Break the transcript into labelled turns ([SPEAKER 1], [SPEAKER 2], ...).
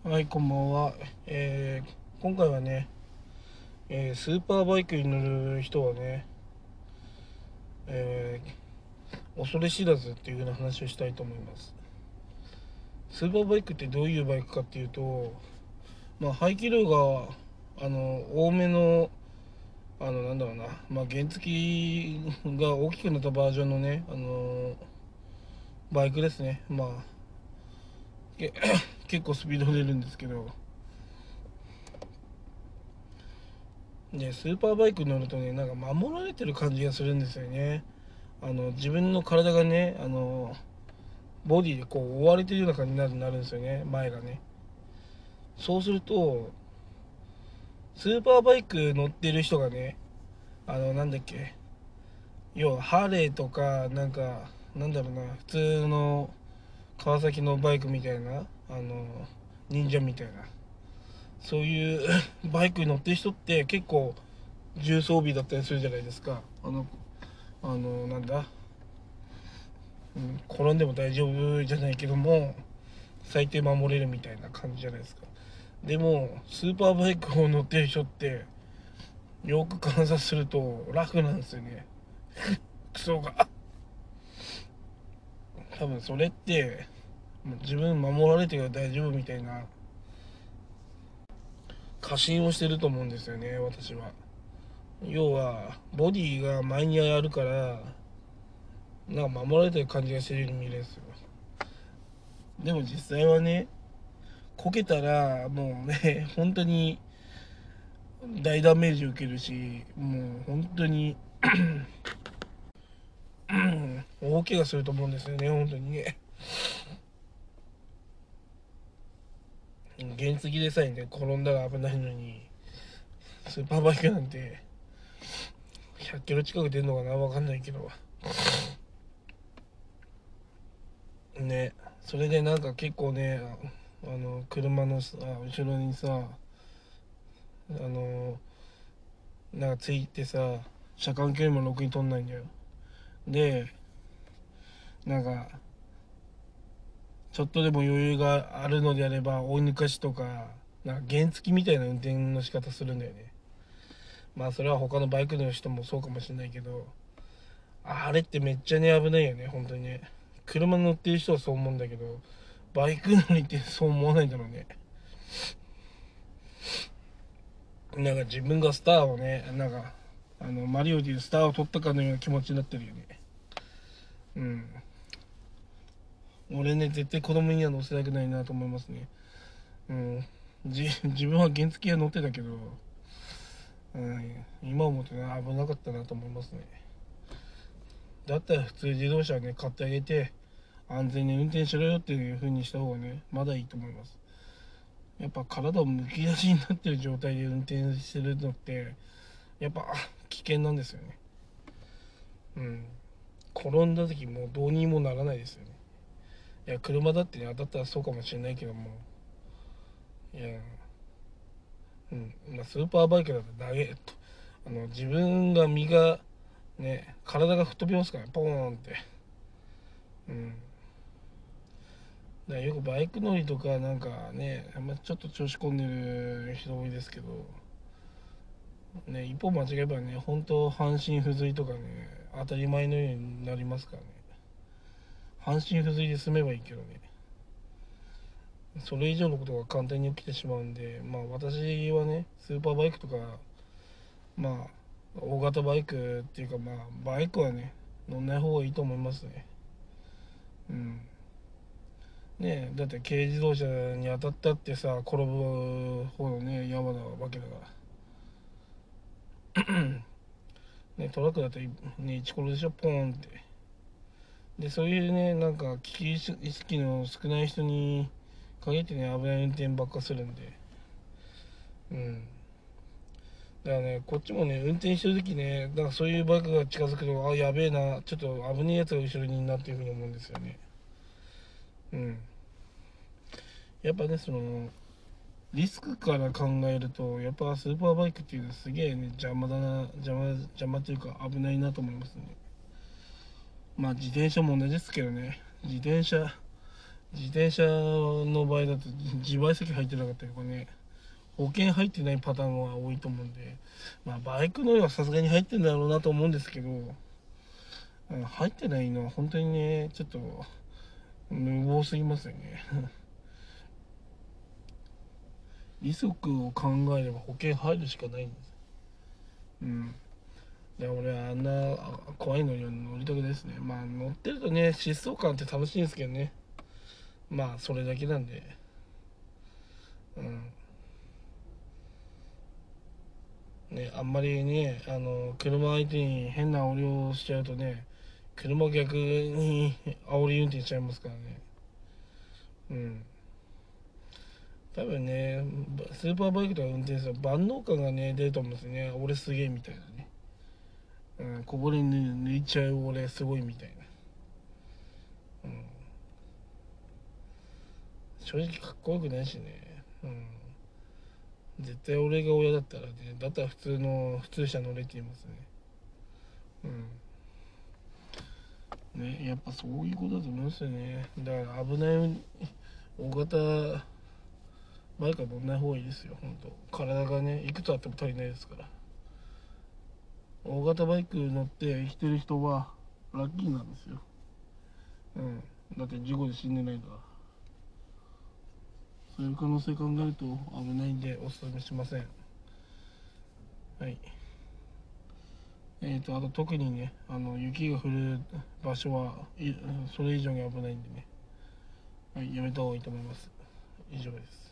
[SPEAKER 1] はい、こんばんは。今回はね、スーパーバイクに乗る人はね、え恐れ知らずっていう風な話をしたいと思います。スーパーバイクってどういうバイクかっていうと、排気量が多めのなんだろうな、原付が大きくなったバージョンのね、バイクですね。け結構スピード出るんですけど、でスーパーバイクに乗るとね、なんか守られてる感じがするんですよね。自分の体がね、ボディでこう覆われてるような感じになるんですよね、前がね。そうするとスーパーバイク乗ってる人がね、なんだっけ、要はハーレーとか、なんだろうな、普通の川崎のバイクみたいな、忍者みたいな、そういうバイクに乗ってる人って結構重装備だったりするじゃないですか。なんだ、転んでも大丈夫じゃないけども最低守れるみたいな感じじゃないですか。でもスーパーバイクを乗ってる人ってよく観察するとラフなんですよね、クソが。多分それって自分守られてるから大丈夫みたいな過信をしてると思うんですよね、私は。要はボディが前にあるからなんか守られてる感じがしてるように見えるんですよ。でも実際はね、こけたらもうね、本当に大ダメージ受けるし、もう本当に大怪我すると思うんですよね、本当にね。原付でさえね、転んだら危ないのに、スーパーバイクなんて100キロ近く出るのかな、わかんないけど。ね、それでなんか結構ね、車のさ、後ろにさ、あの、なんかついてさ、車間距離もろくに取んないんだよ。で、なんか、ちょっとでも余裕があるのであれば追い抜かしとか、なんか原付みたいな運転の仕方するんだよね。それは他のバイクの人もそうかもしれないけど、あれってめっちゃね、危ないよね、本当にね。車乗ってる人はそう思うんだけど、バイク乗りってそう思わないんだろうね。なんか自分がスターをね、マリオでいうスターを取ったかのような気持ちになってるよね。うん。俺ね、絶対子供には乗せたくないなと思いますね。うん。自分は原付は乗ってたけど、うん、今思うとね、危なかったなと思いますね。だったら普通自動車ね、買ってあげて、安全に運転しろよっていう風にした方がね、まだいいと思います。やっぱ体をむき出しになってる状態で運転してるのって、やっぱ危険なんですよね。うん。転んだ時もうどうにもならないですよね。いや、車だってね、当たったらそうかもしれないけども、いや、スーパーバイクだと投げ、自分がね、体が吹っ飛びますからね、ポーンって。うん。だからよくバイク乗りとかなんかね、ちょっと調子込んでる人多いですけど、ね、一歩間違えばね、本当半身不随とかね、当たり前のようになりますからね。半身不随で済めばいいけどね、それ以上のことが簡単に起きてしまうんで、私はね、スーパーバイクとか、ま大型バイクっていうか、バイクはね、乗んない方がいいと思いますね。うん。ねえ、だって軽自動車に当たったってさ、転ぶ方のね、山なわけだからね。トラックだとね、イチコロでしょ、ポーンって。でそういうね、なんか危機意識の少ない人に限ってね、危ない運転ばっかするんで。うん。だからね、こっちもね、運転してる時ね、だからそういうバイクが近づくと、あ、やべえな、ちょっと危ねえやつが後ろにいるなっていうふうに思うんですよね。うん。やっぱね、リスクから考えると、やっぱスーパーバイクっていうのはすげえね、邪魔っていうか危ないなと思いますね。自転車も同じですけどね。自転車自転車の場合だと自賠責入ってなかったりとかね、保険入ってないパターンが多いと思うんで、まあバイクのはさすがに入ってんだろうなと思うんですけど、入ってないのは本当にね、ちょっと無謀すぎますよね。利息を考えれば保険入るしかないんです。うん。で、俺はあんな怖いのに乗りたくないですね。まあ乗ってるとね、疾走感って楽しいんですけどね。まあそれだけなんで。うん。ね、あんまりね、車相手に変な煽りをしちゃうとね、車逆に煽り運転しちゃいますからね。うん。多分ね、スーパーバイクとか運転すると万能感がね、出ると思うんですよね。俺すげえみたいなね。うん、こぼれ抜いちゃう俺すごいみたいな。うん。正直かっこよくないしね。うん。絶対俺が親だったらね、だったら普通車乗れって言いますね。うん。ね、やっぱそういうことだと思うんですよね。だから危ない大型バイクは乗んない方がいいですよ、本当。体がね、いくつあっても足りないですから。大型バイク乗って生きてる人はラッキーなんですよ。うん。だって事故で死んでないんだから。そういう可能性考えると危ないんでおすすめしません。はい。あと特にね、雪が降る場所それ以上に危ないんでね。はい、やめた方がいいと思います。以上です。